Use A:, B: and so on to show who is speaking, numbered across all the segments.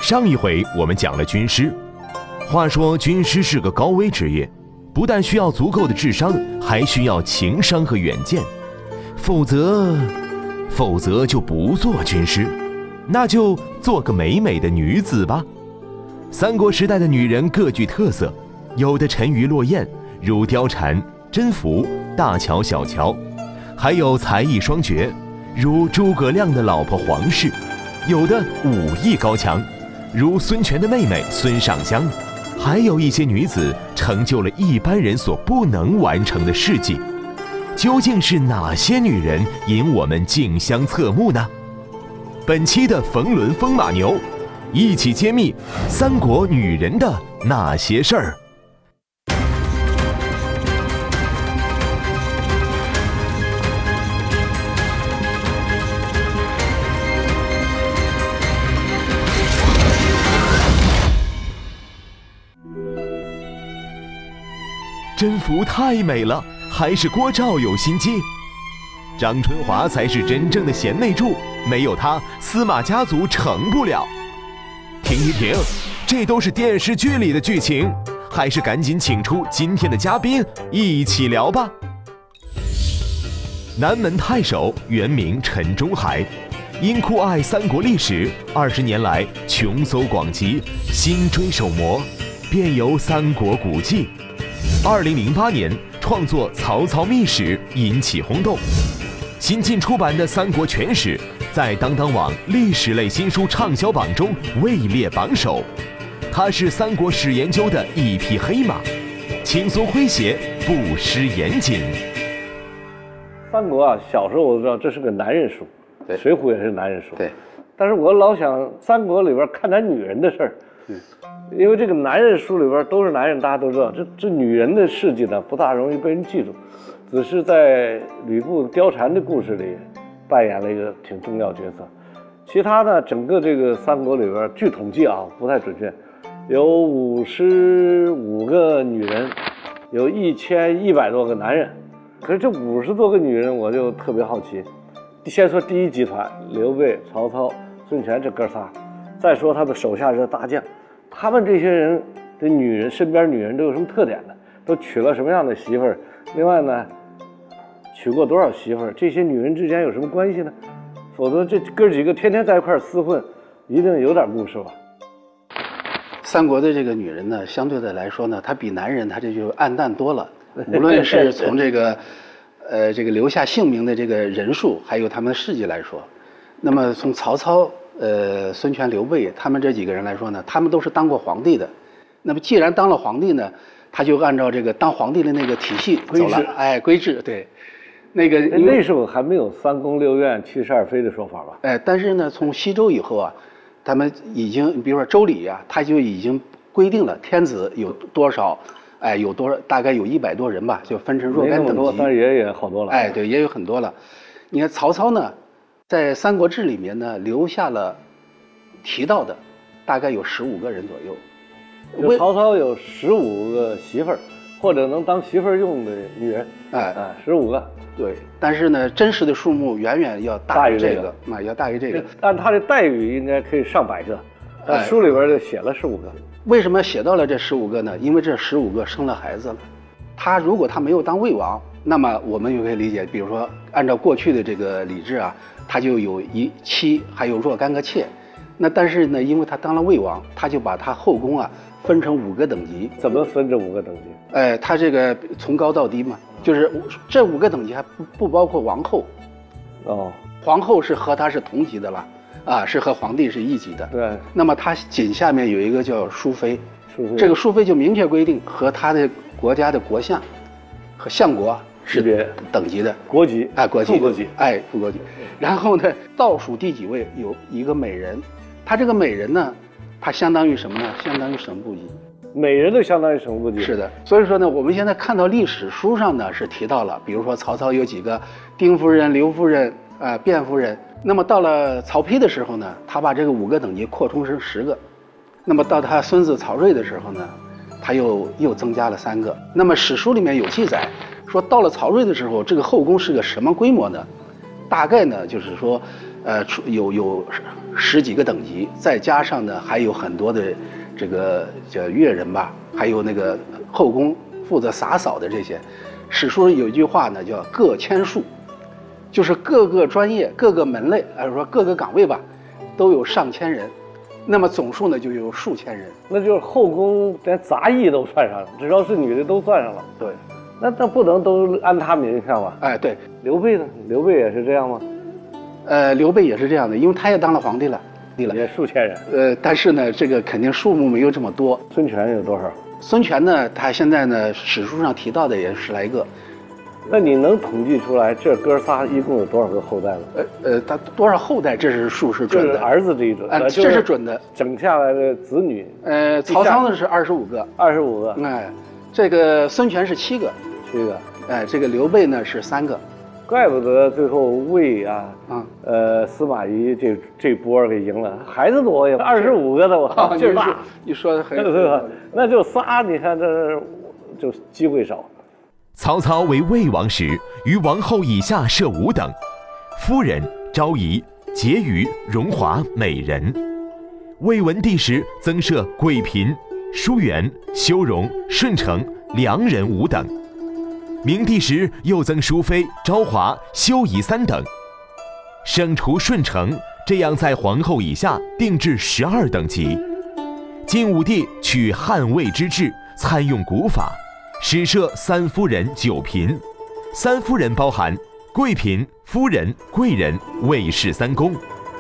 A: 上一回我们讲了军师，话说军师是个高危职业，不但需要足够的智商，还需要情商和远见，否则就不做军师，那就做个美美的女子吧。三国时代的女人各具特色，有的沉鱼落雁，如貂蝉、甄宓、大乔、小乔，还有才艺双绝，如诸葛亮的老婆黄氏，有的武艺高强，如孙权的妹妹孙尚香，还有一些女子成就了一般人所不能完成的事迹。究竟是哪些女人引我们竞相侧目呢？本期的冯仑风马牛，一起揭秘三国女人的那些事儿。甄宓太美了，还是郭照有心机。张春华才是真正的贤内助，没有他，司马家族成不了。停，这都是电视剧里的剧情，还是赶紧请出今天的嘉宾一起聊吧。南门太守原名陈中海，因酷爱三国历史，20年来穷搜广集，心追手磨，便由三国古迹。2008年创作《曹操秘史》，引起轰动。新近出版的《三国全史》在当当网历史类新书畅销榜中位列榜首。他是三国史研究的一匹黑马，轻松诙谐，不失严谨。
B: 三国啊，小时候我都知道这是个男人书，
C: 对，
B: 水浒也是男人书，
C: 对。
B: 但是我老想三国里边看点女人的事儿，因为这个男人书里边都是男人，大家都知道，这女人的事迹呢不大容易被人记住，只是在吕布貂蝉的故事里扮演了一个挺重要角色。其他呢，整个这个三国里边，据统计啊不太准确，有55个女人，有1100多个男人。可是这50多个女人，我就特别好奇。先说第一集团，刘备、曹操、孙权这哥仨，再说他们手下这大将，他们这些人的女人，身边女人都有什么特点呢？都娶了什么样的媳妇儿？另外呢，娶过多少媳妇儿？这些女人之间有什么关系呢？否则这哥几个天天在一块儿厮混，一定有点故事吧。
C: 三国的这个女人呢，相对的来说呢，她比男人她这就暗淡多了。无论是从这个留下姓名的这个人数，还有他们的事迹来说，那么从曹操、孙权、刘备他们这几个人来说呢，他们都是当过皇帝的。那么既然当了皇帝呢，他就按照这个当皇帝的那个体系走了，规制，对。那
B: 时候还没有3宫6院72妃的说法吧？
C: 但是呢，从西周以后啊，他们已经，比如说周礼啊，他就已经规定了天子有多少。大概有100多人吧，就分成若干等级。
B: 但也好多了。
C: 对，也有很多了。你看曹操呢，在《三国志》里面呢，留下了提到的，大概有15个人左右。
B: 曹操有15个媳妇儿，或者能当媳妇儿用的女人。15个。
C: 对，但是呢，真实的数目远远要大于这个，要大于这个。
B: 按他的待遇应该可以上百个，但书里边就写了15个。
C: 为什么写到了这15个呢？因为这15个生了孩子了。如果他没有当魏王，那么我们就可以理解，比如说按照过去的这个礼制啊，他就有一妻，还有若干个妾。那但是呢，因为他当了魏王，他就把他后宫啊分成5个等级。
B: 怎么分这5个等级？
C: 他这个从高到低嘛，就是这5个等级还不包括王后。皇后是和他是同级的了。是和皇帝是一级的。对。那么他仅下面有一个叫淑妃，这个淑妃就明确规定和他的国家的国相和相国是等级的。
B: 国级。
C: 国级。
B: 副国级。
C: 副国级。然后呢，倒数第几位有一个美人，她这个美人呢，她相当于什么呢？相当于省部级。
B: 美人都相当于省部级。
C: 是的。所以说呢，我们现在看到历史书上呢是提到了，比如说曹操有几个丁夫人、刘夫人、卞夫人。那么到了曹丕的时候呢，他把这个5个等级扩充成10个。那么到他孙子曹睿的时候呢，他又增加了3个。那么史书里面有记载说，到了曹睿的时候，这个后宫是个什么规模呢？大概呢就是说， 有十几个等级，再加上呢还有很多的这个叫乐人吧，还有那个后宫负责洒扫的这些。史书有一句话呢，叫各千数，就是各个专业、各个门类，说各个岗位吧，都有上千人，那么总数呢就有数千人。
B: 那就是后宫连杂役都算上了，只要是女的都算上了。
C: 对，
B: 那不能都安他名下吧？
C: 哎，对。
B: 刘备呢？刘备也是这样吗？
C: 刘备也是这样的，因为他也当了皇帝了，
B: 也数千人。
C: 但是呢，这个肯定数目没有这么多。
B: 孙权有多少？
C: 孙权呢，他现在呢，史书上提到的也10来个。
B: 那你能统计出来这哥仨一共有多少个后代吗？
C: 他多少后代，这是数是准的。
B: 就是儿子这一准，
C: 这是准的。
B: 整下来的子女，
C: 曹操呢是25个
B: ，25个。
C: 哎，这个孙权是7个
B: ，7个。
C: 哎，这个刘备呢是3个。
B: 怪不得最后魏啊，司马懿这波给赢了，孩子多呀，25个的我劲儿大。
C: 你说的很
B: 对，那就仨，你看这就机会少。
A: 曹操为魏王时，于王后以下设5等：夫人、昭仪、婕妤、荣华、美人。魏文帝时增设贵嫔、淑媛、修容、顺承、良人5等。明帝时又增淑妃、昭华、修仪3等，省除顺承，这样在皇后以下定制12等级。晋武帝取汉魏之制，参用古法，始设3夫人9嫔。3夫人包含贵嫔、夫人、贵人、魏氏3公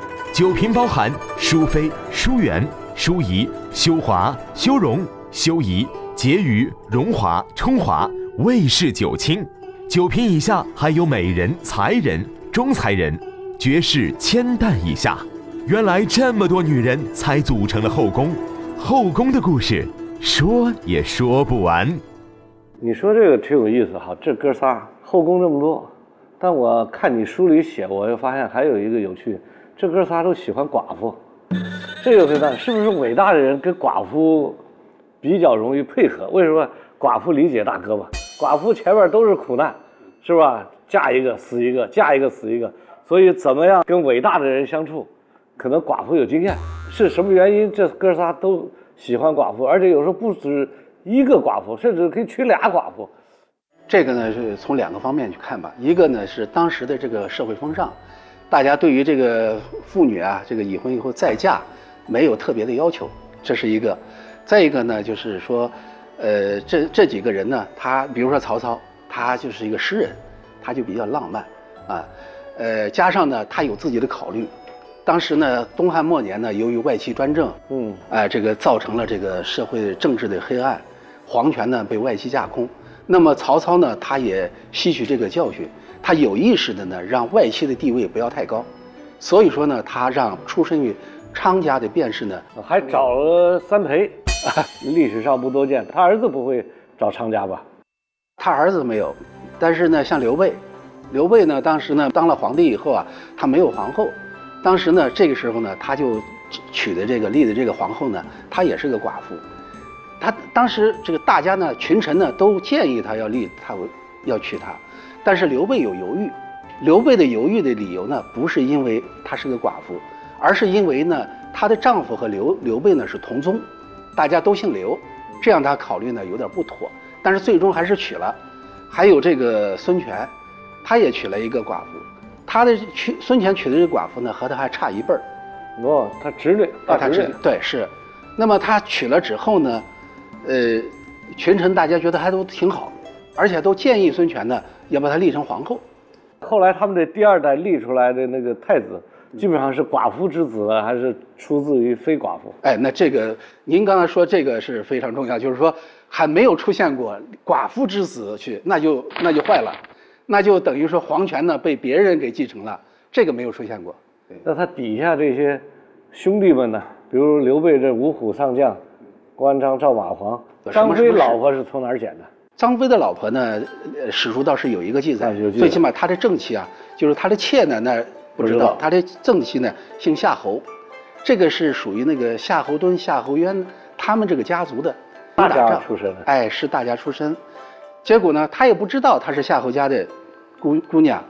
A: ；9嫔包含淑妃、淑媛、淑仪、修华、修容、修仪、婕妤、荣华、充华、魏氏9卿。9嫔以下还有美人、才人、中才人、绝世千担以下。原来这么多女人才组成了后宫，后宫的故事说也说不完。
B: 你说这个挺有意思哈，这哥仨后宫这么多，但我看你书里写，我又发现还有一个有趣，这哥仨都喜欢寡妇，这个回答是不是伟大的人跟寡妇比较容易配合？为什么？寡妇理解大哥嘛，寡妇前面都是苦难，是吧？嫁一个死一个，嫁一个死一个，所以怎么样跟伟大的人相处，可能寡妇有经验。是什么原因？这哥仨都喜欢寡妇，而且有时候不止一个寡妇，甚至可以娶俩寡妇。
C: 这个呢是从2个方面去看吧，一个呢是当时的这个社会风尚，大家对于这个妇女啊，这个已婚以后再嫁没有特别的要求，这是一个。再一个呢就是说，这几个人呢，他比如说曹操，他就是一个诗人，他就比较浪漫啊，加上呢他有自己的考虑。当时呢，东汉末年呢，由于外戚专政，这个造成了这个社会政治的黑暗，皇权呢被外戚架空。那么曹操呢，他也吸取这个教训，他有意识的呢，让外戚的地位不要太高。所以说呢，他让出身于昌家的卞氏呢，
B: 还找了3陪，历史上不多见。他儿子不会找昌家吧？
C: 他儿子没有，但是呢，像刘备呢，当时呢当了皇帝以后啊，他没有皇后。当时呢，这个时候呢，他就立的这个皇后呢，她也是个寡妇。他当时这个大家呢，群臣呢都建议他要娶她，但是刘备有犹豫。刘备的犹豫的理由呢，不是因为她是个寡妇，而是因为呢，她的丈夫和刘备呢是同宗，大家都姓刘，这样他考虑呢有点不妥，但是最终还是娶了。还有这个孙权，他也娶了一个寡妇。孙权娶的这个寡妇呢，和他还差1辈儿。
B: 他侄女，大侄女。
C: 对，是。那么他娶了之后呢，群臣大家觉得还都挺好，而且都建议孙权呢要把她立成皇后。
B: 后来他们的第2代立出来的那个太子，基本上是寡妇之子，还是出自于非寡妇？
C: 哎，那这个您刚才说这个是非常重要，就是说还没有出现过寡妇之子去，那就坏了。那就等于说皇权呢被别人给继承了，这个没有出现过。
B: 那他底下这些兄弟们呢，比如刘备这5虎上将，关张赵马黄，张飞老婆是从哪儿捡的？
C: 张飞的老婆呢，史书倒是有一个记载，最起码他的正妻啊，就是他的妾呢，那不知道，他的正妻呢姓夏侯，这个是属于那个夏侯惇、夏侯渊他们这个家族的
B: 大家出身的，
C: 哎，是大家出身。结果呢，他也不知道她是夏侯家的姑娘，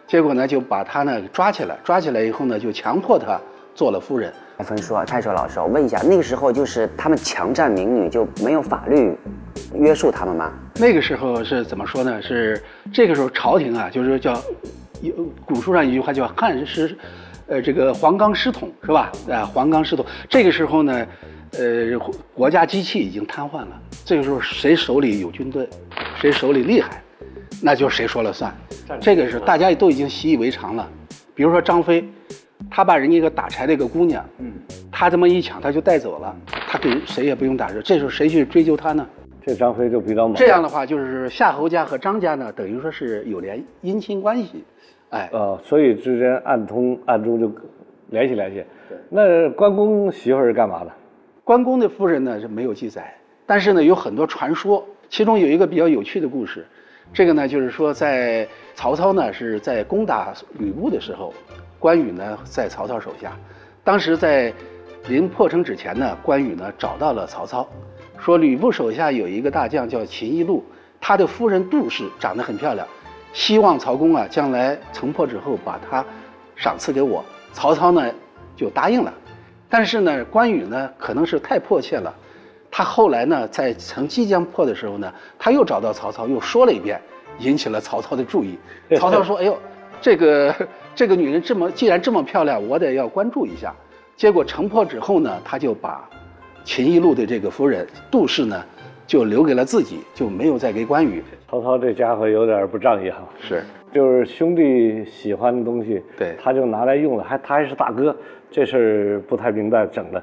C: 结果呢就把他呢抓起来以后呢就强迫他做了夫人。
D: 分说啊，太守老师，我问一下，那个时候就是他们强占民女，就没有法律约束他们吗？
C: 那个时候是怎么说呢？是这个时候朝廷啊，就是叫古书上一句话叫汉师，这个黄冈失统是吧？黄冈失统。这个时候呢，国家机器已经瘫痪了。这个时候谁手里有军队，谁手里厉害，那就谁说了算。这个是大家都已经习以为常了。比如说张飞。他把人家一个打柴的一个姑娘，他这么一抢，他就带走了，他给谁也不用打折，这时候谁去追究他呢？
B: 这张飞就比较猛。
C: 这样的话，就是夏侯家和张家呢，等于说是有姻亲关系，
B: 所以之间暗中就联系。那关公媳妇儿是干嘛的？
C: 关公的夫人呢是没有记载，但是呢有很多传说，其中有一个比较有趣的故事，这个呢就是说在曹操呢是在攻打吕布的时候。关羽呢在曹操手下，当时在临破城之前呢，关羽呢找到了曹操，说吕布手下有一个大将叫秦义禄，他的夫人杜氏长得很漂亮，希望曹公啊将来城破之后把他赏赐给我。曹操呢就答应了，但是呢关羽呢可能是太迫切了，他后来呢在城即将破的时候呢，他又找到曹操，又说了一遍，引起了曹操的注意。曹操说：“哎呦。”这个女人既然这么漂亮，我得要关注一下。结果城破之后呢，他就把秦义禄的这个夫人杜氏呢，就留给了自己，就没有再给关羽。
B: 曹操这家伙有点不仗义哈，
C: 是，
B: 就是兄弟喜欢的东西，
C: 对，
B: 他就拿来用了，他还是大哥，这事儿不太明白整的。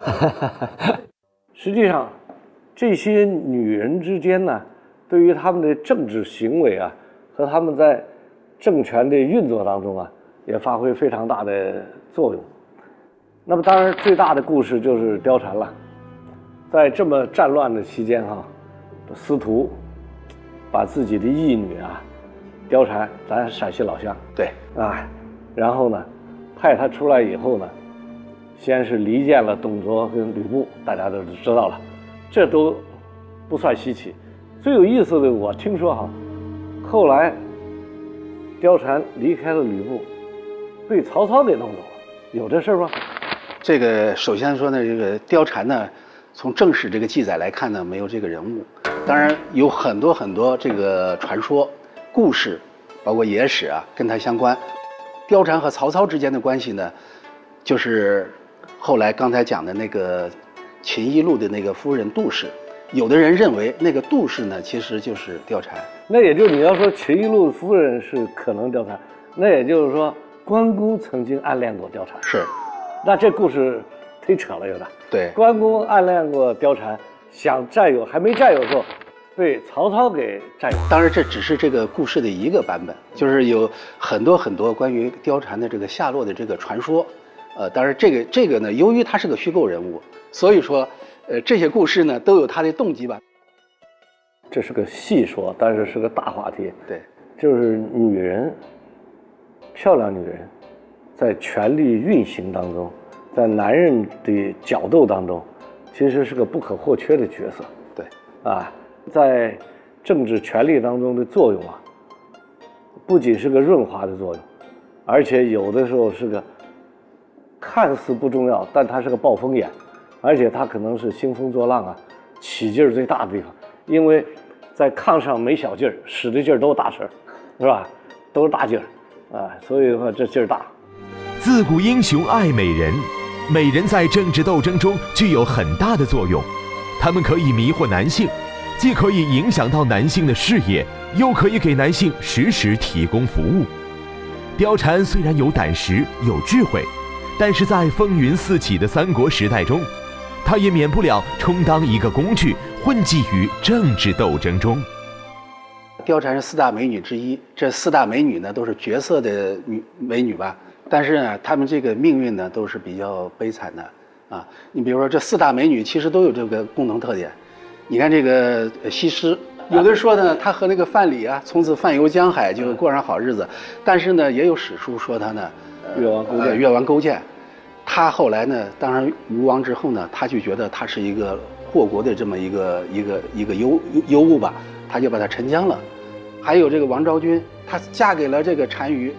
B: 实际上，这些女人之间呢，对于他们的政治行为啊，和他们在政权的运作当中啊，也发挥非常大的作用。那么当然最大的故事就是貂蝉了。在这么战乱的期间司徒把自己的义女啊貂蝉，咱陕西老乡，
C: 对，
B: 然后呢派她出来以后呢，先是离间了董卓跟吕布，大家都知道了，这都不算稀奇。最有意思的，我听说后来貂蝉离开了吕布，被曹操给弄走了，有这事吗？
C: 这个首先说呢，这个貂蝉呢，从正史这个记载来看呢，没有这个人物。当然有很多这个传说、故事，包括野史啊，跟他相关。貂蝉和曹操之间的关系呢，就是后来刚才讲的那个秦义禄的那个夫人杜氏。有的人认为那个杜氏呢，其实就是貂蝉。
B: 那也就你要说秦义禄夫人是可能貂蝉，那也就是说关公曾经暗恋过貂蝉。
C: 是，
B: 那这故事忒扯了有点。
C: 对，
B: 关公暗恋过貂蝉，想占有还没占有的时候，被曹操给占有。
C: 当然这只是这个故事的一个版本，就是有很多关于貂蝉的这个下落的这个传说。当然这个呢，由于他是个虚构人物，所以说这些故事呢都有他的动机吧。
B: 这是个细说，但是是个大话题。
C: 对，
B: 就是女人，漂亮女人，在权力运行当中，在男人的角斗当中，其实是个不可或缺的角色。
C: 对，
B: 在政治权力当中的作用不仅是个润滑的作用，而且有的时候是个看似不重要，但它是个暴风眼，而且它可能是兴风作浪起劲儿最大的地方。因为在炕上没小劲儿，使的劲儿都大事儿，是吧？都是大劲儿所以的话这劲儿大。
A: 自古英雄爱美人，美人在政治斗争中具有很大的作用，她们可以迷惑男性，既可以影响到男性的事业，又可以给男性时时提供服务。貂蝉虽然有胆识有智慧，但是在风云四起的三国时代中，她也免不了充当一个工具，混迹于政治斗争中。
C: 貂蝉是4大美女之一，这4大美女呢都是绝色的美女吧，但是呢她们这个命运呢都是比较悲惨的你比如说这4大美女其实都有这个共同特点。你看这个西施，有的说呢她和那个范蠡从此泛游江海，就过上好日子，但是呢也有史书说她呢越王勾践。她后来呢当然吴王之后呢，她就觉得她是一个祸国的这么一个尤物吧，她就把她沉江了。还有这个王昭君，她嫁给了这个单于，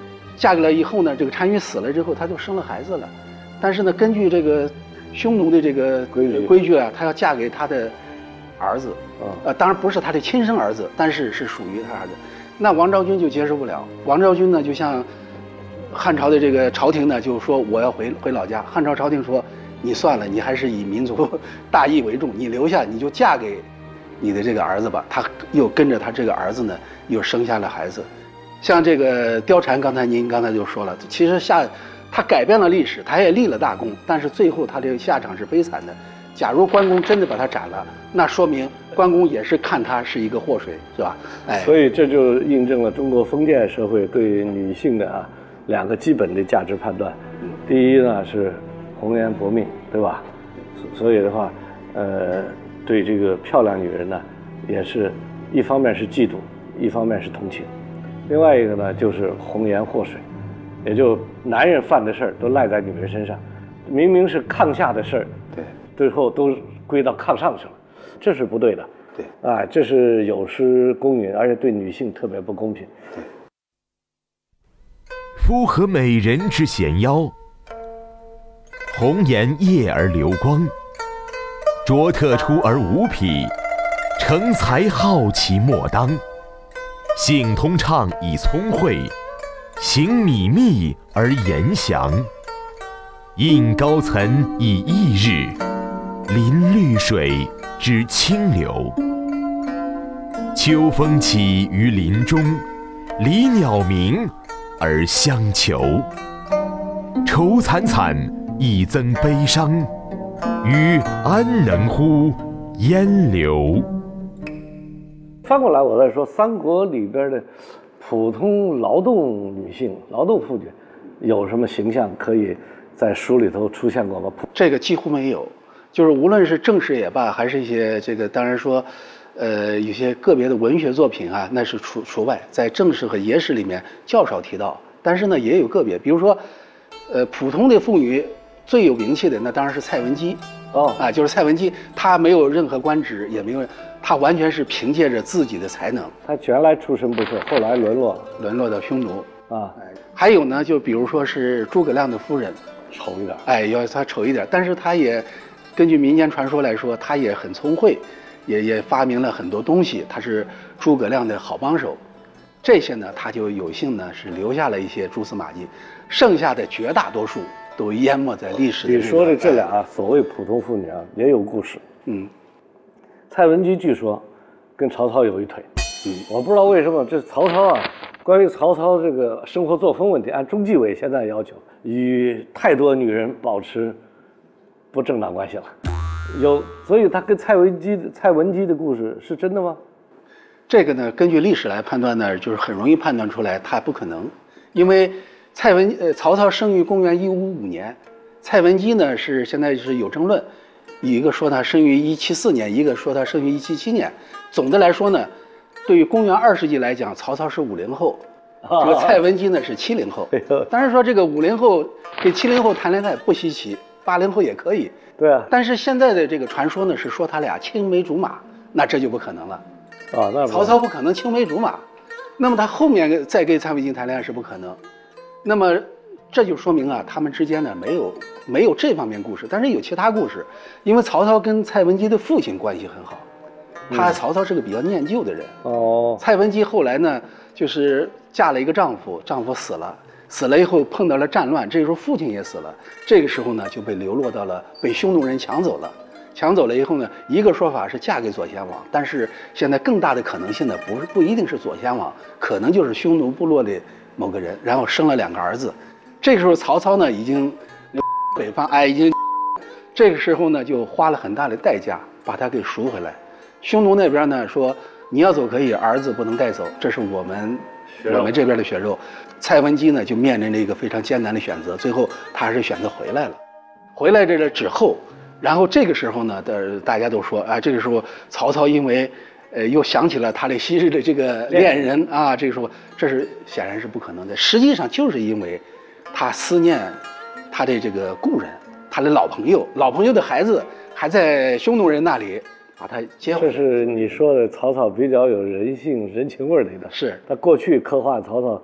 C: 嫁给了以后呢，这个单于死了之后，她就生了孩子了。但是呢，根据这个匈奴的这个规矩啊，她要嫁给她的儿子，当然不是她的亲生儿子，但是是属于她儿子。那王昭君就接受不了。王昭君呢，就像汉朝的这个朝廷呢，就说我要回老家。汉朝朝廷说，你算了，你还是以民族大义为重，你留下，你就嫁给你的这个儿子吧。他又跟着他这个儿子呢，又生下了孩子。像这个貂蝉，您刚才就说了，其实他改变了历史，他也立了大功，但是最后他这个下场是悲惨的。假如关公真的把他斩了，那说明关公也是看他是一个祸水，是吧？哎，
B: 所以这就印证了中国封建社会对女性的2个基本的价值判断。第一呢是红颜薄命，对吧？所以的话，对这个漂亮女人呢，也是一方面是嫉妒，一方面是同情。另外一个呢就是红颜祸水，也就男人犯的事儿都赖在女人身上，明明是炕下的事儿，
C: 对，
B: 最后都归到炕上去了，这是不对的。
C: 对，
B: 这是有失公允，而且对女性特别不公平。
C: 对，
A: 夫何美人之贤妖，红颜夜而流光，卓特出而无匹，成才好奇莫当。性通畅以聪慧，行靡密而言详。应高层以逸日，临绿水之清流。秋风起于林中，离鸟鸣而相求。愁惨惨以增悲伤，予安能乎烟流。
B: 翻过来，我再说三国里边的普通劳动女性、劳动妇女，有什么形象可以在书里头出现过吗？
C: 这个几乎没有，就是无论是正史也罢，还是一些这个，当然说，有些个别的文学作品啊，那是除外，在正史和野史里面较少提到。但是呢，也有个别，比如说，普通的妇女最有名气的，那当然是蔡文姬。就是蔡文姬，她没有任何官职，也没有，她完全是凭借着自己的才能。
B: 她原来出身不错，后来沦落
C: 到匈奴
B: 啊。
C: 还有呢，就比如说是诸葛亮的夫人，
B: 丑一点，
C: 要她丑一点，但是她也根据民间传说来说，她也很聪慧，也发明了很多东西，她是诸葛亮的好帮手。这些呢，她就有幸呢是留下了一些蛛丝马迹，剩下的绝大多数都淹没在历史的。
B: 你说的这俩所谓普通妇女也有故事。蔡文姬据说跟曹操有一腿。我不知道为什么这曹操关于曹操这个生活作风问题，按中纪委现在要求，与太多女人保持不正当关系了。所以他跟蔡文姬的故事是真的吗？
C: 这个呢，根据历史来判断呢，就是很容易判断出来，他不可能，因为曹操生于公元155年，蔡文姬呢现在是有争论，一个说他生于174年，一个说他生于177年。总的来说呢，对于公元2世纪来讲，曹操是50后，这个蔡文姬呢是70后。当然说这个50后跟70后谈恋爱不稀奇，80后也可以。
B: 对啊。
C: 但是现在的这个传说呢是说他俩青梅竹马，那这就不可能了。
B: 那
C: 曹操不可能青梅竹马，那么他后面再跟蔡文姬谈恋爱是不可能。那么这就说明他们之间呢没有这方面故事，但是有其他故事。因为曹操跟蔡文姬的父亲关系很好，曹操是个比较念旧的人。蔡文姬后来呢，就是嫁了一个丈夫，丈夫死了以后碰到了战乱，这个时候父亲也死了，这个时候呢就被流落到了被匈奴人抢走了以后呢，一个说法是嫁给左贤王，但是现在更大的可能性呢不一定是左贤王，可能就是匈奴部落的某个人，然后生了2个儿子。这个时候曹操呢已经北方这个时候呢就花了很大的代价把他给赎回来。匈奴那边呢说你要走可以，儿子不能带走，这是我们这边的血肉。蔡文姬呢就面临着一个非常艰难的选择，最后他还是选择回来了。回来这个之后，然后这个时候呢大家都说这个时候曹操因为又想起了他的昔日的这个恋人这个时候这是显然是不可能的。实际上就是因为他思念他的这个故人，他的老朋友的孩子还在匈奴人那里，把他接回来。
B: 这是你说的曹操比较有人性人情味的一段。
C: 是
B: 他过去刻画曹操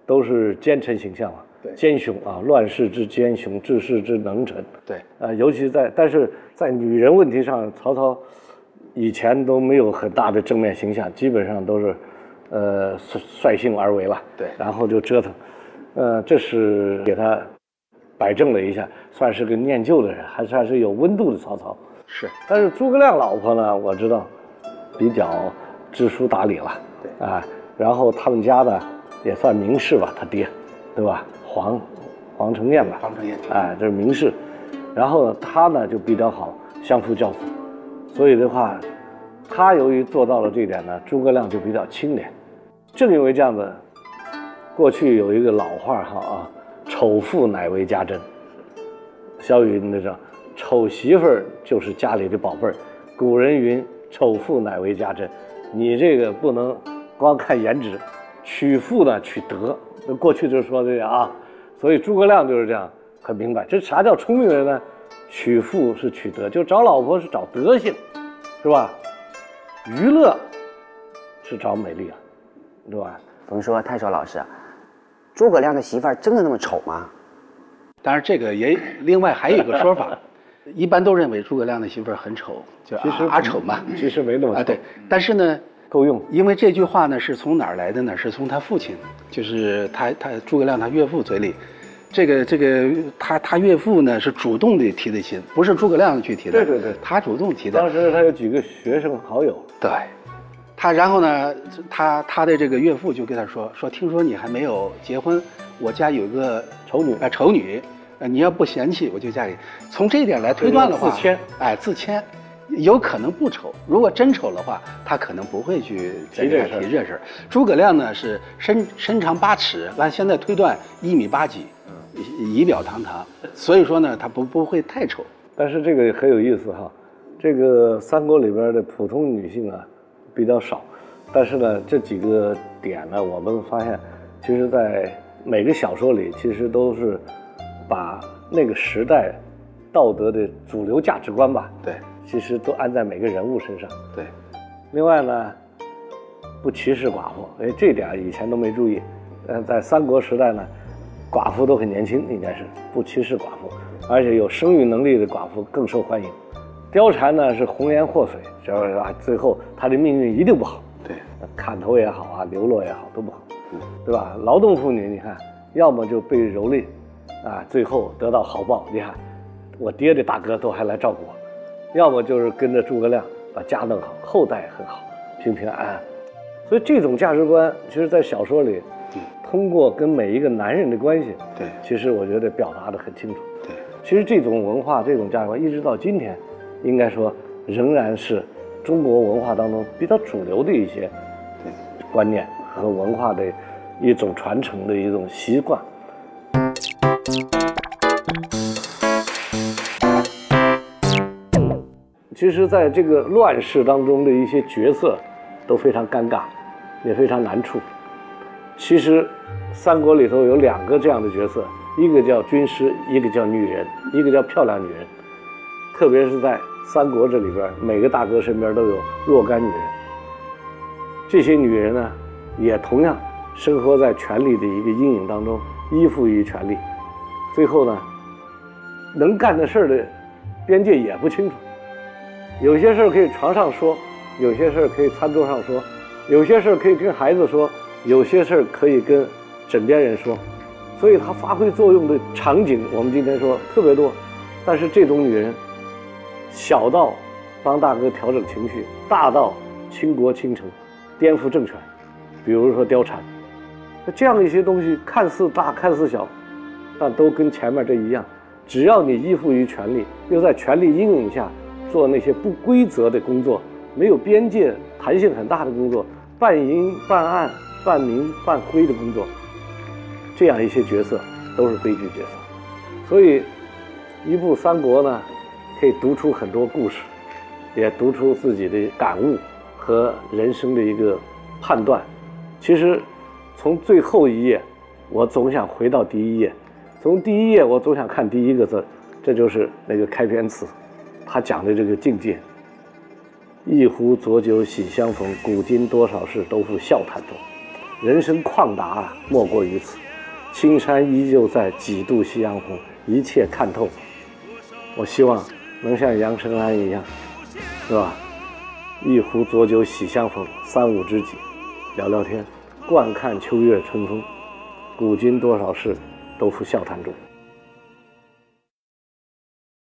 B: 都是奸臣形象啊，
C: 对，
B: 奸雄啊，乱世之奸雄，治世之能臣。
C: 对，
B: 尤其但是在女人问题上，曹操以前都没有很大的正面形象，基本上都是率性而为了，
C: 对，
B: 然后就折腾，这是给他摆正了一下，算是个念旧的人，还算是有温度的曹操。
C: 是，
B: 但是诸葛亮老婆呢，我知道比较知书达理了，
C: 对
B: 啊，然后他们家呢也算名士吧，他爹，对吧？黄承彦吧，
C: 黄承彦，
B: 哎，这是名士。然后呢，他呢就比较好相夫教子，所以的话，他由于做到了这一点呢，诸葛亮就比较清廉。正因为这样子，过去有一个老话哈啊，丑妇乃为家珍。小雨那种丑媳妇儿就是家里的宝贝儿，古人云丑妇乃为家珍，你这个不能光看颜值，娶妇呢取德，过去就说这样啊，所以诸葛亮就是这样，很明白这啥叫聪明人呢？娶妇是取德，就找老婆是找德行，是吧？娱乐是找美丽啊，对吧？
D: 我们说太守老师，诸葛亮的媳妇儿真的那么丑吗？
C: 当然这个也另外还有一个说法，一般都认为诸葛亮的媳妇儿很丑，就
B: 其实
C: 阿丑嘛，
B: 其实没那么丑，
C: 对，但是呢
B: 够用。
C: 因为这句话呢是从哪儿来的呢？是从他父亲，就是他诸葛亮他岳父嘴里，这个他岳父呢是主动的提的亲，不是诸葛亮去提的，
B: 对，
C: 他主动提的。
B: 当时他有几个学生好友，
C: 对，然后呢，他的这个岳父就跟他说，听说你还没有结婚，我家有个丑女，你要不嫌弃，我就嫁给。从这一点来推断的话，自谦，有可能不丑。如果真丑的话，他可能不会去提这事儿。诸葛亮呢是身长8尺，按现在推断1.8米几，仪表堂堂，所以说呢，他不会太丑。
B: 但是这个很有意思哈，这个三国里边的普通女性啊比较少，但是呢这几个点呢，我们发现，其实在每个小说里，其实都是把那个时代道德的主流价值观吧，
C: 对，
B: 其实都安在每个人物身上。
C: 对，
B: 另外呢，不歧视寡妇，这点以前都没注意。在三国时代呢，寡妇都很年轻，应该是不歧视寡妇，而且有生育能力的寡妇更受欢迎。貂蝉呢是红颜祸水，只要是最后她的命运一定不好。
C: 对，
B: 砍头也好啊，流落也好都不好，对吧？劳动妇女你看，要么就被蹂躏，最后得到好报。你看，我爹的大哥都还来照顾我，要么就是跟着诸葛亮把家弄好，后代很好，平平安安。所以这种价值观，其实在小说里，通过跟每一个男人的关系，
C: 对，
B: 其实我觉得表达得很清楚。
C: 对，
B: 其实这种文化、这种价值观，一直到今天，应该说仍然是中国文化当中比较主流的一些观念和文化的一种传承的一种习惯。其实在这个乱世当中的一些角色都非常尴尬，也非常难处。其实三国里头有2个这样的角色，一个叫军师，一个叫女人，一个叫漂亮女人。特别是在三国这里边，每个大哥身边都有若干女人。这些女人呢，也同样生活在权力的一个阴影当中，依附于权力。最后呢，能干的事儿的边界也不清楚。有些事儿可以床上说，有些事儿可以餐桌上说，有些事儿可以跟孩子说，有些事儿可以跟枕边人说。所以它发挥作用的场景，我们今天说特别多。但是这种女人，小到帮大哥调整情绪，大到倾国倾城，颠覆政权，比如说貂蝉。这样一些东西看似大看似小，但都跟前面这一样，只要你依附于权力，又在权力阴影下做那些不规则的工作，没有边界弹性很大的工作，半阴半暗半明半灰的工作，这样一些角色都是悲剧角色。所以一部三国呢，可以读出很多故事，也读出自己的感悟和人生的一个判断。其实从最后一页，我总想回到第一页，从第一页我总想看第一个字，这就是那个开篇词，他讲的这个境界。一壶浊酒喜相逢，古今多少事，都付笑谈中。 人生旷达莫过于此。青山依旧在，几度夕阳红，一切看透。我希望能像杨承安一样，是吧？一壶浊酒喜相逢，三五知己聊聊天，惯看秋月春风。古今多少事，都付笑谈中。